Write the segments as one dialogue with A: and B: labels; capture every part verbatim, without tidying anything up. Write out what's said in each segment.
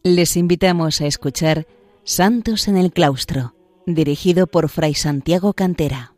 A: Les invitamos a escuchar Santos en el Claustro, dirigido por Fray Santiago Cantera.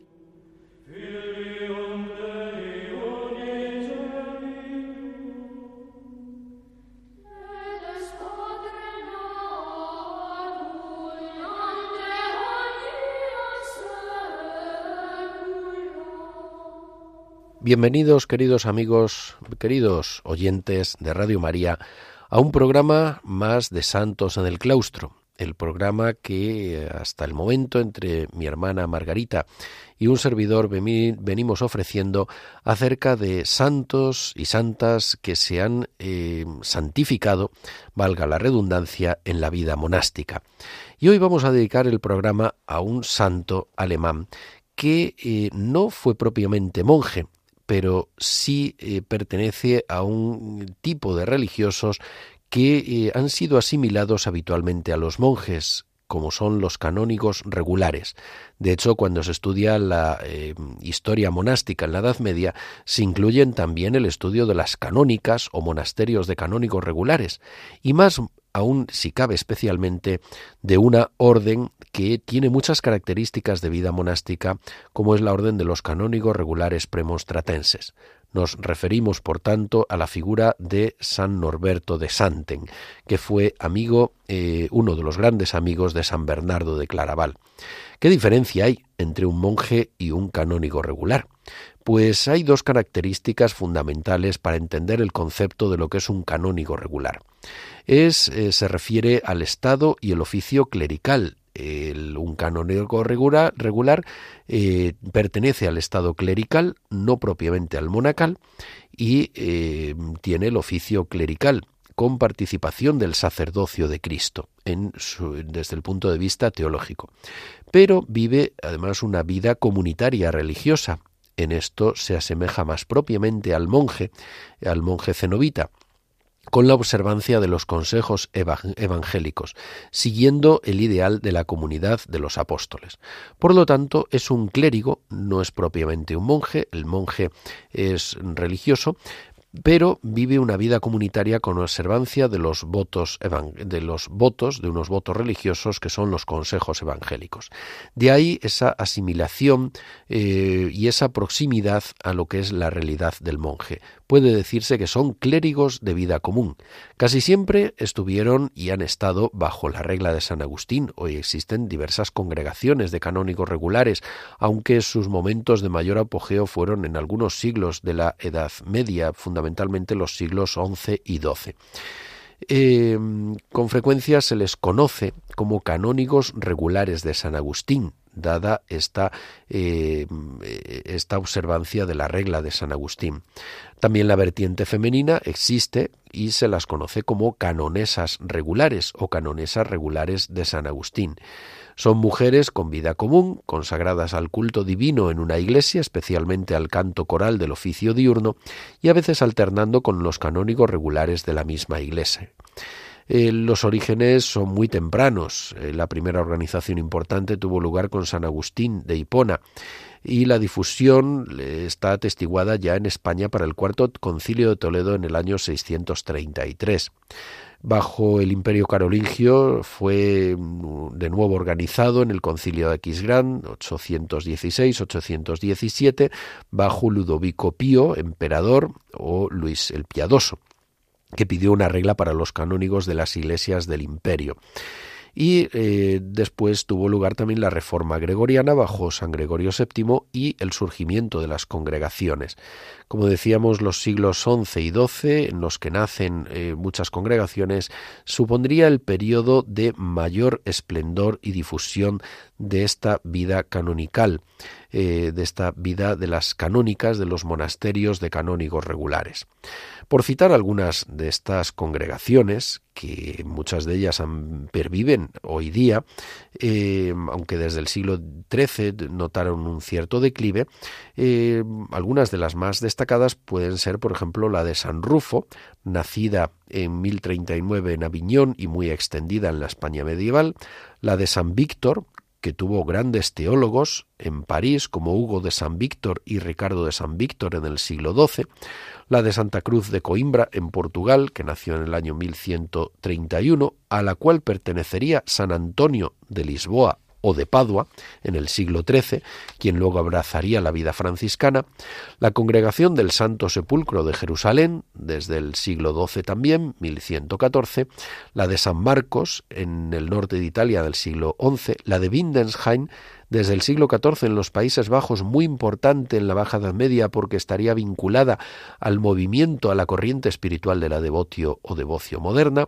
B: Bienvenidos, queridos amigos, queridos oyentes de Radio María, a un programa más de Santos en el Claustro, el programa que hasta el momento entre mi hermana Margarita y un servidor venimos ofreciendo acerca de santos y santas que se han eh, santificado, valga la redundancia, en la vida monástica. Y hoy vamos a dedicar el programa a un santo alemán que eh, no fue propiamente monje, pero sí eh, pertenece a un tipo de religiosos que eh, han sido asimilados habitualmente a los monjes, como son los canónigos regulares. De hecho, cuando se estudia la eh, historia monástica en la Edad Media, se incluyen también el estudio de las canónicas o monasterios de canónigos regulares, y más aún, si cabe especialmente, de una orden que tiene muchas características de vida monástica, como es la orden de los canónigos regulares premonstratenses. Nos referimos, por tanto, a la figura de San Norberto de Santen, que fue amigo, eh, uno de los grandes amigos de San Bernardo de Claraval. ¿Qué diferencia hay entre un monje y un canónigo regular? Pues hay dos características fundamentales para entender el concepto de lo que es un canónigo regular. Es, eh, se refiere al estado y el oficio clerical. El, un canónigo regular, regular eh, pertenece al estado clerical, no propiamente al monacal, y eh, tiene el oficio clerical, con participación del sacerdocio de Cristo en su, desde el punto de vista teológico. Pero vive además una vida comunitaria religiosa. En esto se asemeja más propiamente al monje, al monje cenobita, con la observancia de los consejos evangélicos, siguiendo el ideal de la comunidad de los apóstoles. Por lo tanto, es un clérigo, no es propiamente un monje, el monje es religioso, pero vive una vida comunitaria con observancia de los votos de los votos de unos votos religiosos que son los consejos evangélicos. De ahí esa asimilación eh, y esa proximidad a lo que es la realidad del monje. Puede decirse que son clérigos de vida común. Casi siempre estuvieron y han estado bajo la regla de San Agustín. Hoy existen diversas congregaciones de canónigos regulares, aunque sus momentos de mayor apogeo fueron en algunos siglos de la Edad Media, fundamentalmente los siglos once y doce. Eh, con frecuencia se les conoce como canónigos regulares de San Agustín, dada esta, eh, esta observancia de la regla de San Agustín. También la vertiente femenina existe y se las conoce como canonesas regulares o canonesas regulares de San Agustín. Son mujeres con vida común, consagradas al culto divino en una iglesia, especialmente al canto coral del oficio diurno, y a veces alternando con los canónigos regulares de la misma iglesia. Eh, los orígenes son muy tempranos. Eh, la primera organización importante tuvo lugar con San Agustín de Hipona, y la difusión eh, está atestiguada ya en España para el Cuarto Concilio de Toledo en el año seiscientos treinta y tres. Bajo el Imperio Carolingio fue de nuevo organizado en el Concilio de Aquisgrán, ochocientos dieciséis ochocientos diecisiete, bajo Ludovico Pío, emperador, o Luis el Piadoso, que pidió una regla para los canónigos de las iglesias del imperio. Y eh, después tuvo lugar también la Reforma Gregoriana bajo San Gregorio séptimo y el surgimiento de las congregaciones. Como decíamos, los siglos once y doce, en los que nacen eh, muchas congregaciones, supondría el periodo de mayor esplendor y difusión de esta vida canonical, eh, de esta vida de las canónicas, de los monasterios de canónigos regulares. Por citar algunas de estas congregaciones, que muchas de ellas han, perviven hoy día, eh, aunque desde el siglo trece notaron un cierto declive, eh, algunas de las más destacadas pueden ser, por ejemplo, la de San Rufo, nacida en mil treinta y nueve en Aviñón y muy extendida en la España medieval, la de San Víctor, que tuvo grandes teólogos en París, como Hugo de San Víctor y Ricardo de San Víctor en el siglo doce, la de Santa Cruz de Coimbra en Portugal, que nació en el año mil ciento treinta y uno, a la cual pertenecería San Antonio de Lisboa o de Padua en el siglo trece, quien luego abrazaría la vida franciscana, la Congregación del Santo Sepulcro de Jerusalén, desde el siglo doce también, mil ciento catorce, la de San Marcos en el norte de Italia del siglo once, la de Windesheim desde el siglo catorce en los Países Bajos, muy importante en la Baja Edad Media porque estaría vinculada al movimiento, a la corriente espiritual de la devotio o devocio moderna,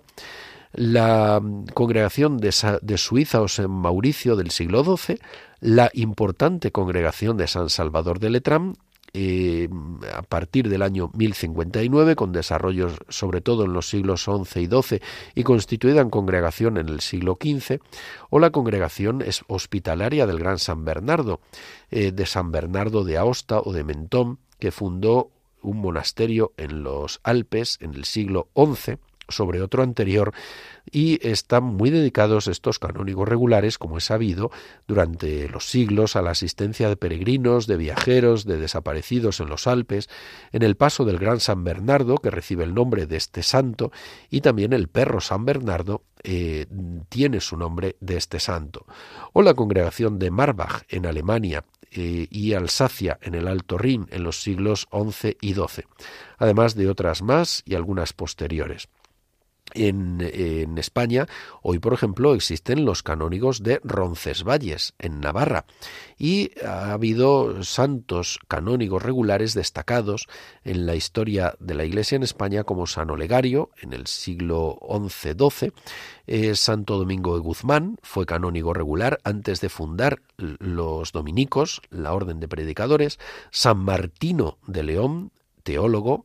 B: la congregación de, Sa- de Suiza o San Mauricio del siglo doce, la importante congregación de San Salvador de Letrán, eh, a partir del año mil cincuenta y nueve, con desarrollos sobre todo en los siglos once y doce y constituida en congregación en el siglo quince, o la congregación hospitalaria del Gran San Bernardo, eh, de San Bernardo de Aosta o de Mentón, que fundó un monasterio en los Alpes en el siglo once, sobre otro anterior, y están muy dedicados estos canónigos regulares, como es sabido, durante los siglos a la asistencia de peregrinos, de viajeros, de desaparecidos en los Alpes, en el paso del Gran San Bernardo, que recibe el nombre de este santo, y también el perro San Bernardo eh, tiene su nombre de este santo, o la congregación de Marbach en Alemania, eh, y Alsacia en el Alto Rin en los siglos once y doce, además de otras más y algunas posteriores. En, en España, hoy por ejemplo, existen los canónigos de Roncesvalles, en Navarra, y ha habido santos canónigos regulares destacados en la historia de la Iglesia en España, como San Olegario, en el siglo once doce, eh, Santo Domingo de Guzmán fue canónigo regular antes de fundar los dominicos, la orden de predicadores, San Martino de León, teólogo,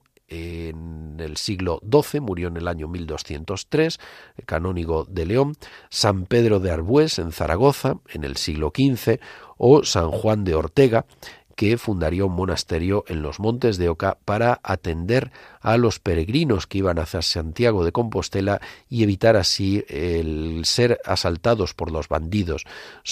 B: en el siglo doce, murió en el año mil doscientos tres, canónigo de León, San Pedro de Arbués en Zaragoza en el siglo quince, o San Juan de Ortega, que fundaría un monasterio en los Montes de Oca para atender a los peregrinos que iban hacia Santiago de Compostela y evitar así el ser asaltados por los bandidos.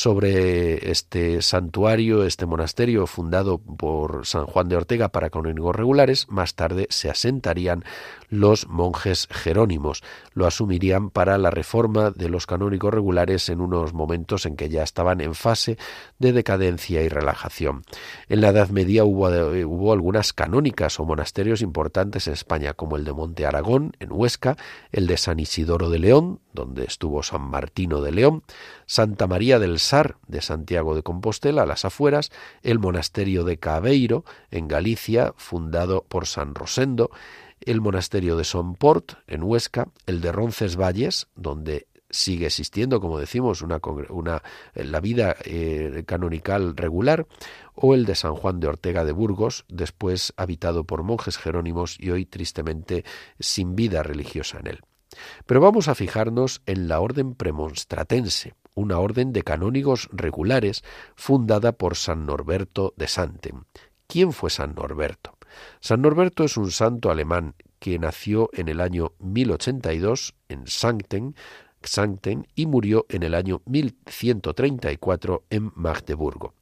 B: Sobre este santuario, este monasterio fundado por San Juan de Ortega para canónigos regulares, más tarde se asentarían los monjes jerónimos. Lo asumirían para la reforma de los canónigos regulares en unos momentos en que ya estaban en fase de decadencia y relajación. En la Edad Media hubo, hubo algunas canónicas o monasterios importantes en España, como el de Monte Aragón, en Huesca, el de San Isidoro de León, donde estuvo San Martino de León, Santa María del Sar de Santiago de Compostela, a las afueras, el monasterio de Cabeiro, en Galicia, fundado por San Rosendo, el monasterio de Somport, en Huesca, el de Roncesvalles, donde sigue existiendo, como decimos, una, una la vida eh, canonical regular, o el de San Juan de Ortega de Burgos, después habitado por monjes jerónimos y hoy tristemente sin vida religiosa en él. Pero vamos a fijarnos en la orden premonstratense, una orden de canónigos regulares fundada por San Norberto de Santen. ¿Quién fue San Norberto? San Norberto es un santo alemán que nació en el año mil ochenta y dos en Santen, Xanten y murió en el año mil ciento treinta y cuatro en Magdeburgo.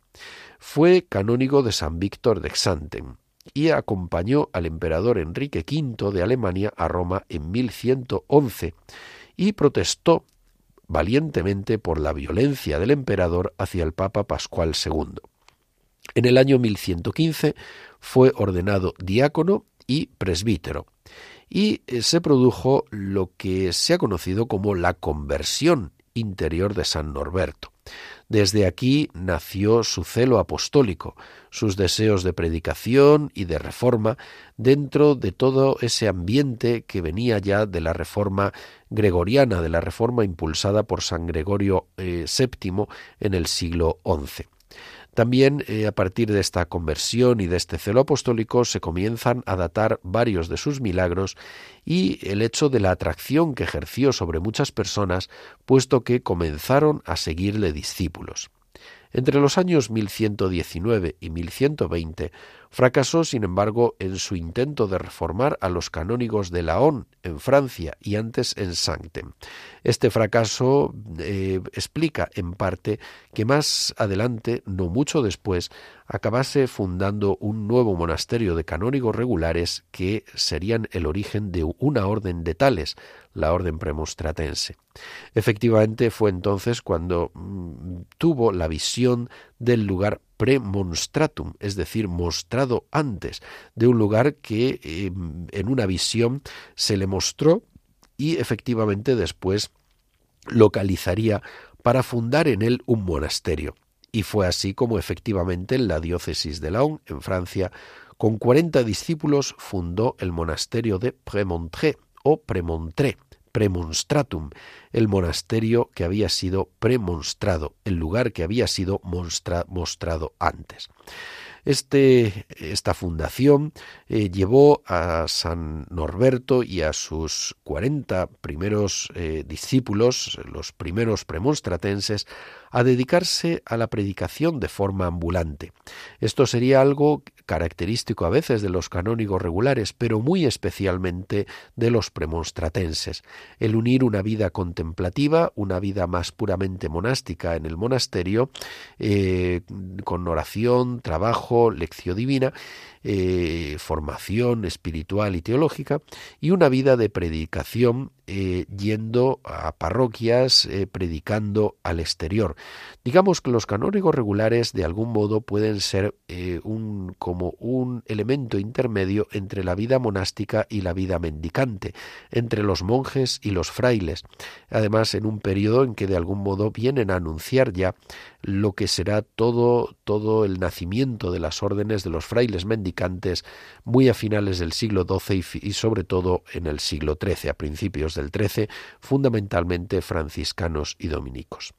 B: Fue canónigo de San Víctor de Xanten y acompañó al emperador Enrique quinto de Alemania a Roma en mil ciento once y protestó valientemente por la violencia del emperador hacia el Papa Pascual segundo. En el año mil ciento quince fue ordenado diácono y presbítero. Y se produjo lo que se ha conocido como la conversión interior de San Norberto. Desde aquí nació su celo apostólico, sus deseos de predicación y de reforma dentro de todo ese ambiente que venía ya de la reforma gregoriana, de la reforma impulsada por San Gregorio eh, séptimo en el siglo once. También eh, a partir de esta conversión y de este celo apostólico se comienzan a datar varios de sus milagros y el hecho de la atracción que ejerció sobre muchas personas, puesto que comenzaron a seguirle discípulos. Entre los años mil ciento diecinueve y mil ciento veinte Fracasó, sin embargo, en su intento de reformar a los canónigos de Laon, en Francia, y antes en Sancten. Este fracaso eh, explica, en parte, que más adelante, no mucho después, acabase fundando un nuevo monasterio de canónigos regulares que serían el origen de una orden de tales, la orden premonstratense. Efectivamente, fue entonces cuando mmm, tuvo la visión del lugar premonstratum, es decir, mostrado antes, de un lugar que eh, en una visión se le mostró y efectivamente después localizaría para fundar en él un monasterio. Y fue así como efectivamente en la diócesis de Laon, en Francia, con cuarenta discípulos fundó el monasterio de Prémontré o Premontré, Premonstratum, el monasterio que había sido premonstrado, el lugar que había sido mostra, mostrado antes. Este, esta fundación eh, llevó a San Norberto y a sus cuarenta primeros eh, discípulos, los primeros premonstratenses, a dedicarse a la predicación de forma ambulante. Esto sería algo característico a veces de los canónigos regulares, pero muy especialmente de los premonstratenses, el unir una vida contemplativa, una vida más puramente monástica en el monasterio, eh, con oración, trabajo, lección divina, eh, formación espiritual y teológica, y una vida de predicación eh, yendo a parroquias, eh, predicando al exterior. Digamos que los canónigos regulares de algún modo pueden ser eh, un, como un elemento intermedio entre la vida monástica y la vida mendicante, entre los monjes y los frailes, además en un periodo en que de algún modo vienen a anunciar ya lo que será todo, todo el nacimiento de las órdenes de los frailes mendicantes muy a finales del siglo doce y, y sobre todo en el siglo trece, a principios del trece, fundamentalmente franciscanos y dominicos.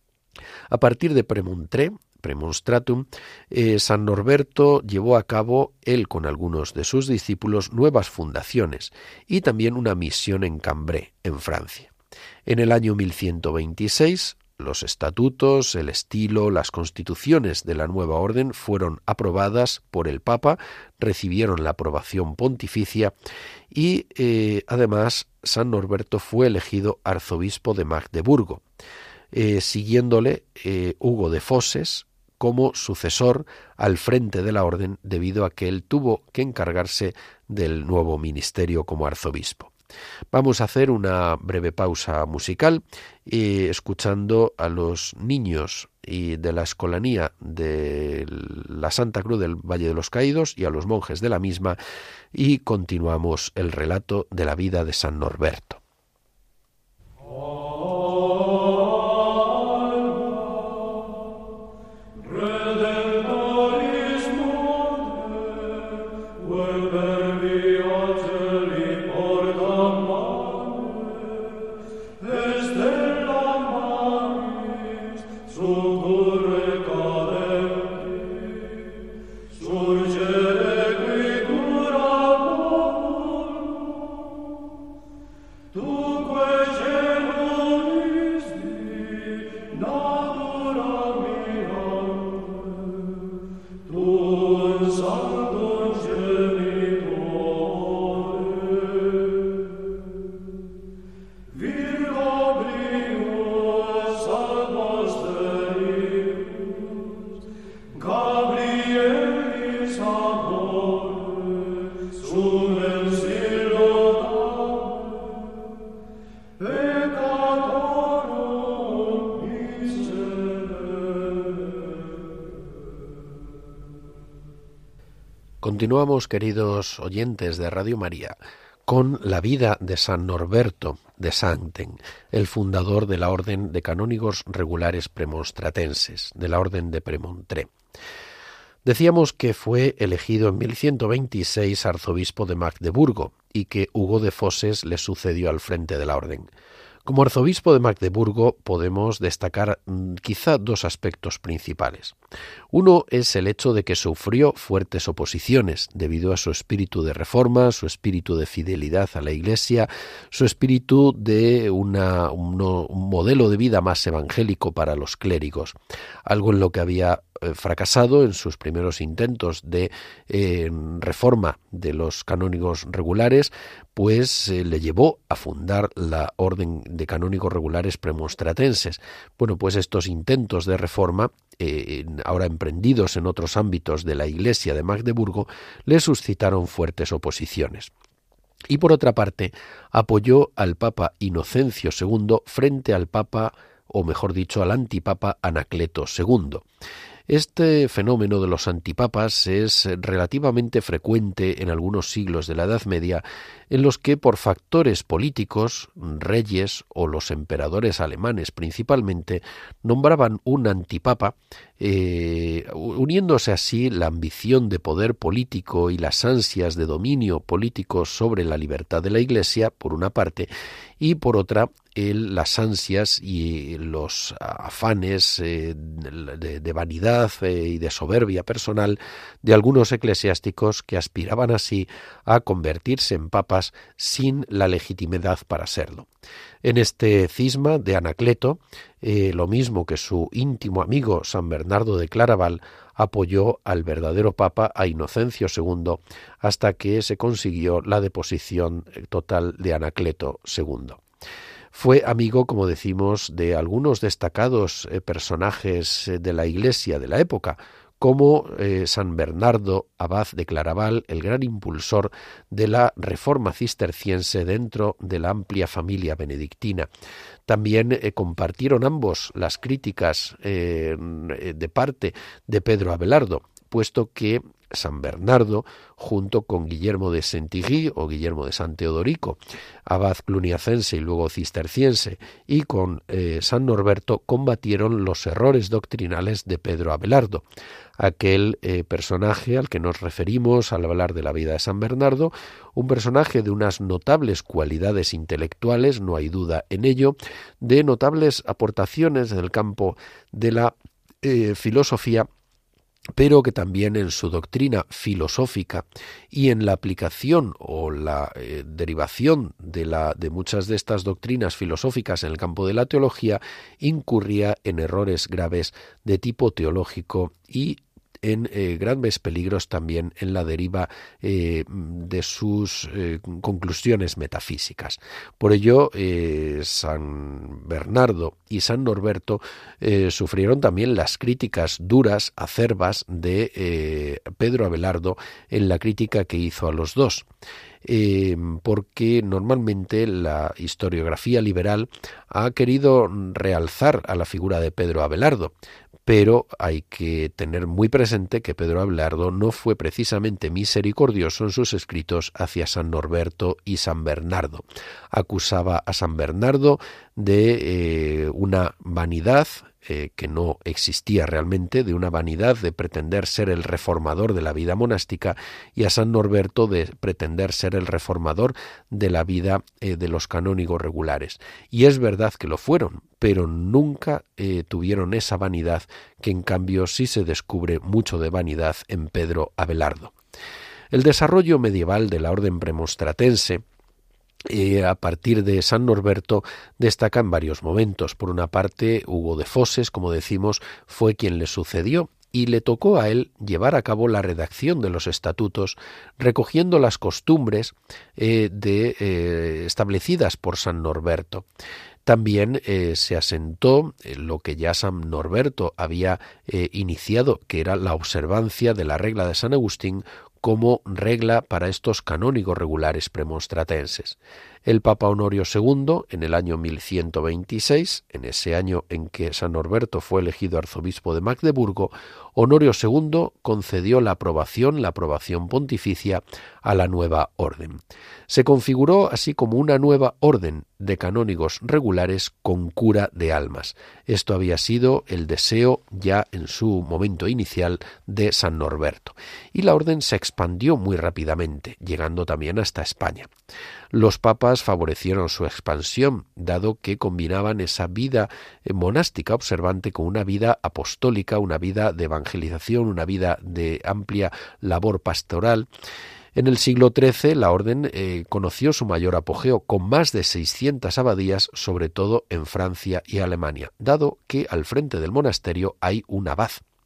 B: A partir de Premontré, Premonstratum, eh, San Norberto llevó a cabo, él con algunos de sus discípulos, nuevas fundaciones y también una misión en Cambrai, en Francia. En el año mil ciento veintiséis, los estatutos, el estilo, las constituciones de la nueva orden fueron aprobadas por el Papa, recibieron la aprobación pontificia y eh, además San Norberto fue elegido arzobispo de Magdeburgo, eh, siguiéndole eh, Hugo de Fosses como sucesor al frente de la orden debido a que él tuvo que encargarse del nuevo ministerio como arzobispo. Vamos a hacer una breve pausa musical eh, escuchando a los niños y de la escolanía de la Santa Cruz del Valle de los Caídos y a los monjes de la misma y continuamos el relato de la vida de San Norberto. Continuamos, queridos oyentes de Radio María, con la vida de San Norberto de Sancten, el fundador de la Orden de Canónigos Regulares Premonstratenses, de la Orden de Premontré. Decíamos que fue elegido en mil ciento veintiséis arzobispo de Magdeburgo y que Hugo de Fosses le sucedió al frente de la orden. Como arzobispo de Magdeburgo podemos destacar mmm, quizá dos aspectos principales. Uno es el hecho de que sufrió fuertes oposiciones debido a su espíritu de reforma, su espíritu de fidelidad a la Iglesia, su espíritu de una, un, un modelo de vida más evangélico para los clérigos, algo en lo que había eh, fracasado en sus primeros intentos de eh, reforma de los canónigos regulares, pues eh, le llevó a fundar la Orden de Canónigos Regulares Premonstratenses. Bueno, pues estos intentos de reforma, eh, ahora emprendidos en otros ámbitos de la Iglesia de Magdeburgo, le suscitaron fuertes oposiciones. Y por otra parte, apoyó al Papa Inocencio segundo frente al Papa, o mejor dicho, al antipapa Anacleto segundo. Este fenómeno de los antipapas es relativamente frecuente en algunos siglos de la Edad Media, en los que por factores políticos, reyes o los emperadores alemanes principalmente, nombraban un antipapa, eh, uniéndose así la ambición de poder político y las ansias de dominio político sobre la libertad de la Iglesia, por una parte, y por otra, el, las ansias y los afanes eh, de, de vanidad eh, y de soberbia personal de algunos eclesiásticos que aspiraban así a convertirse en papas sin la legitimidad para serlo. En este cisma de Anacleto, eh, lo mismo que su íntimo amigo San Bernardo de Claraval, apoyó al verdadero papa, a Inocencio segundo, hasta que se consiguió la deposición total de Anacleto segundo. Fue amigo, como decimos, de algunos destacados eh, personajes de la Iglesia de la época, como eh, San Bernardo, abad de Claraval, el gran impulsor de la reforma cisterciense dentro de la amplia familia benedictina. También eh, compartieron ambos las críticas eh, de parte de Pedro Abelardo, puesto que San Bernardo, junto con Guillermo de Saint-Thierry o Guillermo de San Teodorico, abad cluniacense y luego cisterciense, y con eh, San Norberto combatieron los errores doctrinales de Pedro Abelardo, aquel eh, personaje al que nos referimos al hablar de la vida de San Bernardo, un personaje de unas notables cualidades intelectuales, no hay duda en ello, de notables aportaciones en el campo de la eh, filosofía, pero que también en su doctrina filosófica y en la aplicación o la eh, derivación de, la, de muchas de estas doctrinas filosóficas en el campo de la teología, incurría en errores graves de tipo teológico y en eh, grandes peligros también en la deriva eh, de sus eh, conclusiones metafísicas. Por ello, eh, San Bernardo y San Norberto eh, sufrieron también las críticas duras, acerbas de eh, Pedro Abelardo en la crítica que hizo a los dos. Eh, porque normalmente la historiografía liberal ha querido realzar a la figura de Pedro Abelardo, pero hay que tener muy presente que Pedro Abelardo no fue precisamente misericordioso en sus escritos hacia San Norberto y San Bernardo. Acusaba a San Bernardo de eh, una vanidad Eh, que no existía realmente, de una vanidad de pretender ser el reformador de la vida monástica, y a San Norberto de pretender ser el reformador de la vida eh, de los canónigos regulares. Y es verdad que lo fueron, pero nunca eh, tuvieron esa vanidad que en cambio sí se descubre mucho de vanidad en Pedro Abelardo. El desarrollo medieval de la orden premonstratense Eh, a partir de San Norberto destaca en varios momentos. Por una parte, Hugo de Foses, como decimos, fue quien le sucedió y le tocó a él llevar a cabo la redacción de los estatutos, recogiendo las costumbres eh, de, eh, establecidas por San Norberto. También eh, se asentó eh, lo que ya San Norberto había eh, iniciado, que era la observancia de la regla de San Agustín como regla para estos canónigos regulares premonstratenses. El Papa Honorio segundo, en el año mil ciento veintiséis, en ese año en que San Norberto fue elegido arzobispo de Magdeburgo, Honorio segundo concedió la aprobación, la aprobación pontificia a la nueva orden. Se configuró así como una nueva orden de canónigos regulares con cura de almas. Esto había sido el deseo ya en su momento inicial de San Norberto. Y la orden se expandió muy rápidamente, llegando también hasta España. Los papas favorecieron su expansión, dado que combinaban esa vida monástica observante con una vida apostólica, una vida de evangelización, una vida de amplia labor pastoral. En el siglo trece la orden eh, conoció su mayor apogeo, con más de seiscientas abadías, sobre todo en Francia y Alemania, dado que al frente del monasterio hay un abad.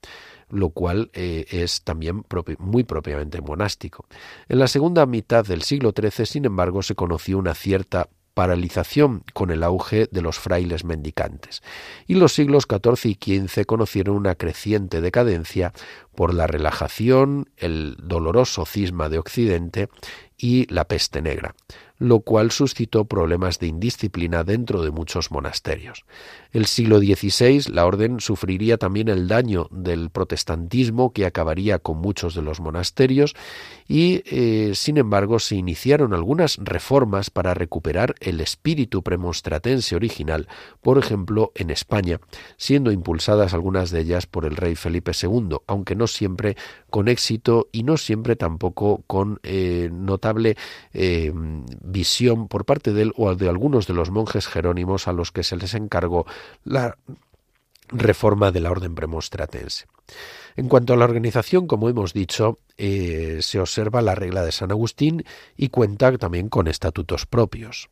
B: lo cual eh, es también propi- muy propiamente monástico. En la segunda mitad del siglo trece, sin embargo, se conoció una cierta paralización con el auge de los frailes mendicantes, y los siglos catorce y quince conocieron una creciente decadencia por la relajación, el doloroso cisma de Occidente y la peste negra, lo cual suscitó problemas de indisciplina dentro de muchos monasterios. El siglo dieciséis, la orden sufriría también el daño del protestantismo, que acabaría con muchos de los monasterios, y eh, sin embargo se iniciaron algunas reformas para recuperar el espíritu premonstratense original, por ejemplo en España, siendo impulsadas algunas de ellas por el rey Felipe segundo, aunque no siempre con éxito y no siempre tampoco con eh, notable eh, visión por parte de él o de algunos de los monjes jerónimos a los que se les encargó la reforma de la orden premonstratense. En cuanto a la organización, como hemos dicho, eh, se observa la regla de San Agustín y cuenta también con estatutos propios.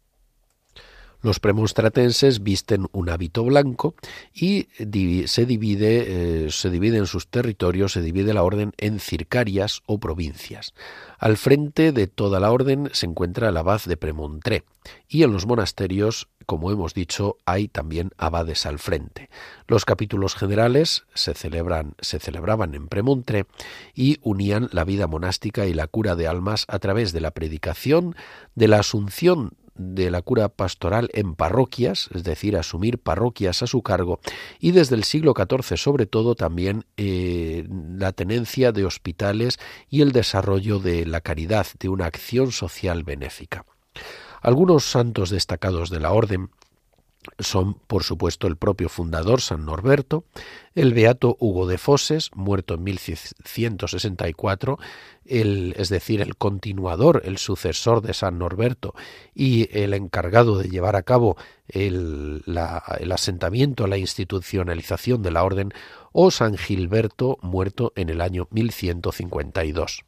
B: Los premonstratenses visten un hábito blanco y se divide, eh, se divide en sus territorios, se divide la orden en circarias o provincias. Al frente de toda la orden se encuentra el abad de Premontré, y en los monasterios, como hemos dicho, hay también abades al frente. Los capítulos generales se celebran, se celebraban en Premontré y unían la vida monástica y la cura de almas a través de la predicación, de la asunción de la cura pastoral en parroquias, es decir, asumir parroquias a su cargo, y desde el siglo catorce sobre todo también eh, la tenencia de hospitales y el desarrollo de la caridad, de una acción social benéfica. Algunos santos destacados de la orden son, por supuesto, el propio fundador, San Norberto, el beato Hugo de Foses, muerto en mil ciento sesenta y cuatro, el, es decir, el continuador, el sucesor de San Norberto y el encargado de llevar a cabo el, la, el asentamiento, la institucionalización de la orden, o San Gilberto, muerto en el año mil ciento cincuenta y dos.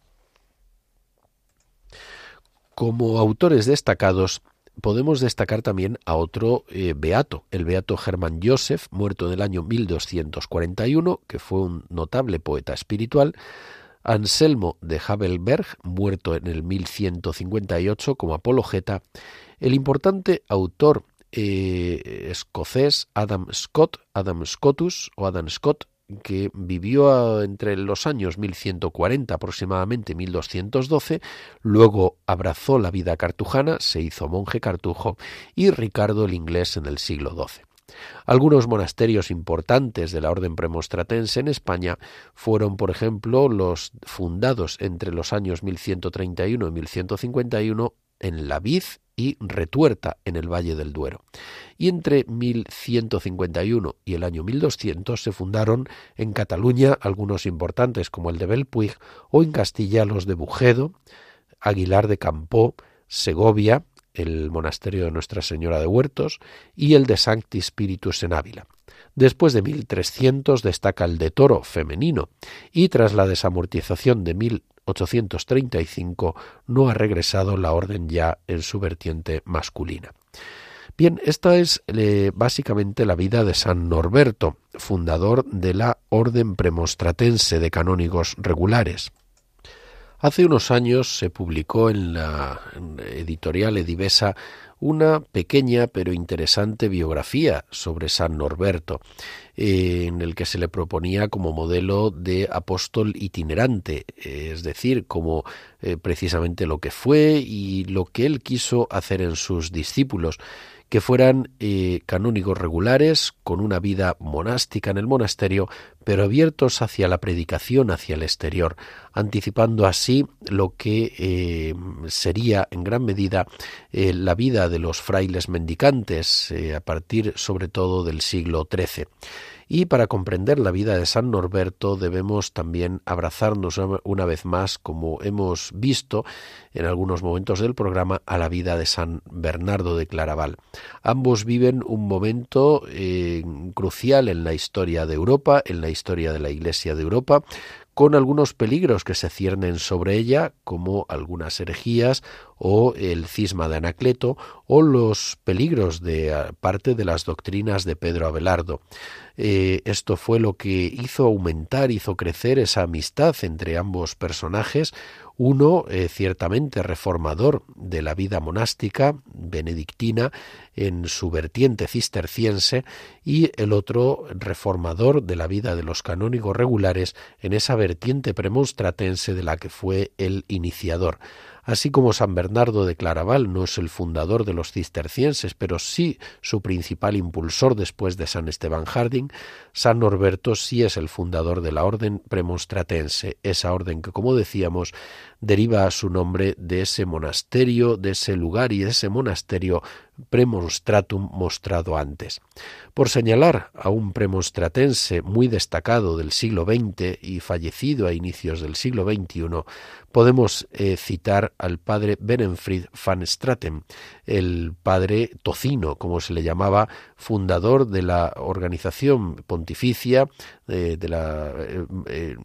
B: Como autores destacados, podemos destacar también a otro eh, beato, el beato Hermann Joseph, muerto en el año mil doscientos cuarenta y uno, que fue un notable poeta espiritual; Anselmo de Havelberg, muerto en el mil ciento cincuenta y ocho como apologeta; el importante autor eh, escocés Adam Scott, Adam Scotus o Adam Scott, que vivió entre los años mil ciento cuarenta aproximadamente mil doscientos doce, luego abrazó la vida cartujana, se hizo monje cartujo, y Ricardo el Inglés en el siglo doce. Algunos monasterios importantes de la orden premonstratense en España fueron, por ejemplo, los fundados entre los años mil ciento treinta y uno y mil ciento cincuenta y uno en La Vid y Retuerta, en el Valle del Duero. Y entre mil ciento cincuenta y uno y el año mil doscientos se fundaron en Cataluña algunos importantes, como el de Bellpuig, o en Castilla los de Bujedo, Aguilar de Campó, Segovia, el monasterio de Nuestra Señora de Huertos, y el de Sancti Spiritus en Ávila. Después de mil trescientos destaca el de Toro, femenino, y tras la desamortización de mil ochocientos treinta y cinco no ha regresado la orden ya en su vertiente masculina. Bien, esta es eh, básicamente la vida de San Norberto, fundador de la orden premonstratense de canónigos regulares. Hace unos años se publicó en la editorial Edivesa una pequeña pero interesante biografía sobre San Norberto, eh, en el que se le proponía como modelo de apóstol itinerante, eh, es decir, como eh, precisamente lo que fue y lo que él quiso hacer en sus discípulos, que fueran eh, canónigos regulares, con una vida monástica en el monasterio, pero abiertos hacia la predicación, hacia el exterior, anticipando así lo que eh, sería en gran medida eh, la vida de los frailes mendicantes, eh, a partir sobre todo del siglo trece. Y para comprender la vida de San Norberto debemos también abrazarnos una vez más, como hemos visto en algunos momentos del programa, a la vida de San Bernardo de Claraval. Ambos viven un momento eh, crucial en la historia de Europa, en la historia de la Iglesia de Europa, con algunos peligros que se ciernen sobre ella, como algunas herejías o el cisma de Anacleto, o los peligros de parte de las doctrinas de Pedro Abelardo. Eh, esto fue lo que hizo aumentar, hizo crecer esa amistad entre ambos personajes, uno eh, ciertamente reformador de la vida monástica benedictina en su vertiente cisterciense, y el otro reformador de la vida de los canónigos regulares en esa vertiente premonstratense de la que fue el iniciador. Así como San Bernardo de Claraval no es el fundador de los cistercienses, pero sí su principal impulsor después de San Esteban Harding, San Norberto sí es el fundador de la orden premonstratense, esa orden que, como decíamos, deriva su nombre de ese monasterio, de ese lugar y de ese monasterio premonstratum mostrado antes. Por señalar a un premonstratense muy destacado del siglo veinte y fallecido a inicios del siglo veintiuno, podemos eh, citar al padre Berenfried van Straten, el padre tocino, como se le llamaba, fundador de la organización pontificia eh, de la eh, eh,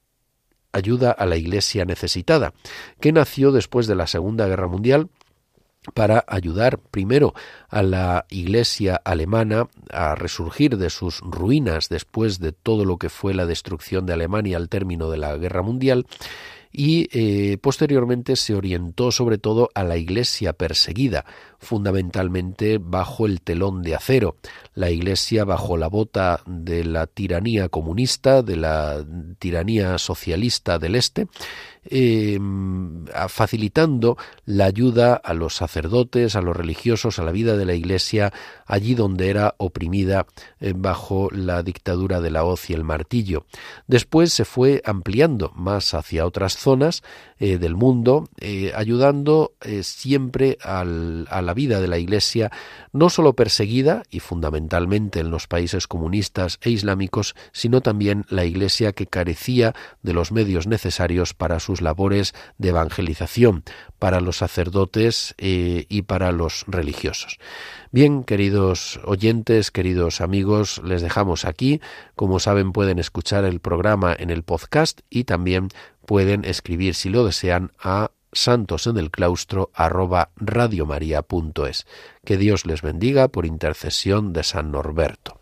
B: ayuda a la Iglesia necesitada, que nació después de la Segunda Guerra Mundial para ayudar primero a la Iglesia alemana a resurgir de sus ruinas después de todo lo que fue la destrucción de Alemania al término de la Guerra Mundial, y eh, posteriormente se orientó sobre todo a la Iglesia perseguida, fundamentalmente bajo el telón de acero, la Iglesia bajo la bota de la tiranía comunista, de la tiranía socialista del Este, eh, facilitando la ayuda a los sacerdotes, a los religiosos, a la vida de la Iglesia, allí donde era oprimida eh, bajo la dictadura de la hoz y el martillo. Después se fue ampliando más hacia otras zonas eh, del mundo, eh, ayudando eh, siempre al, a la vida de la Iglesia, no solo perseguida y fundamentalmente en los países comunistas e islámicos, sino también la Iglesia que carecía de los medios necesarios para sus labores de evangelización, para los sacerdotes eh, y para los religiosos. Bien, queridos oyentes, queridos amigos, les dejamos aquí. Como saben, pueden escuchar el programa en el podcast y también pueden escribir, si lo desean, a santosenelclaustro arroba radiomaria punto es. Que Dios les bendiga por intercesión de San Norberto.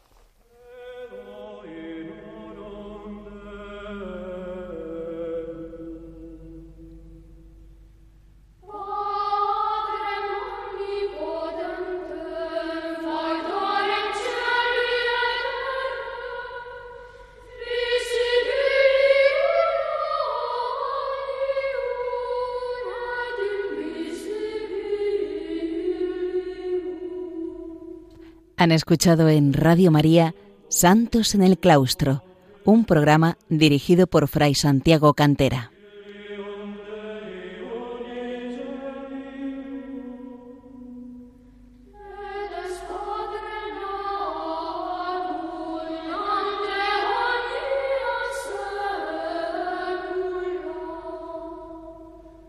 A: Han escuchado en Radio María Santos en el Claustro, un programa dirigido por Fray Santiago Cantera.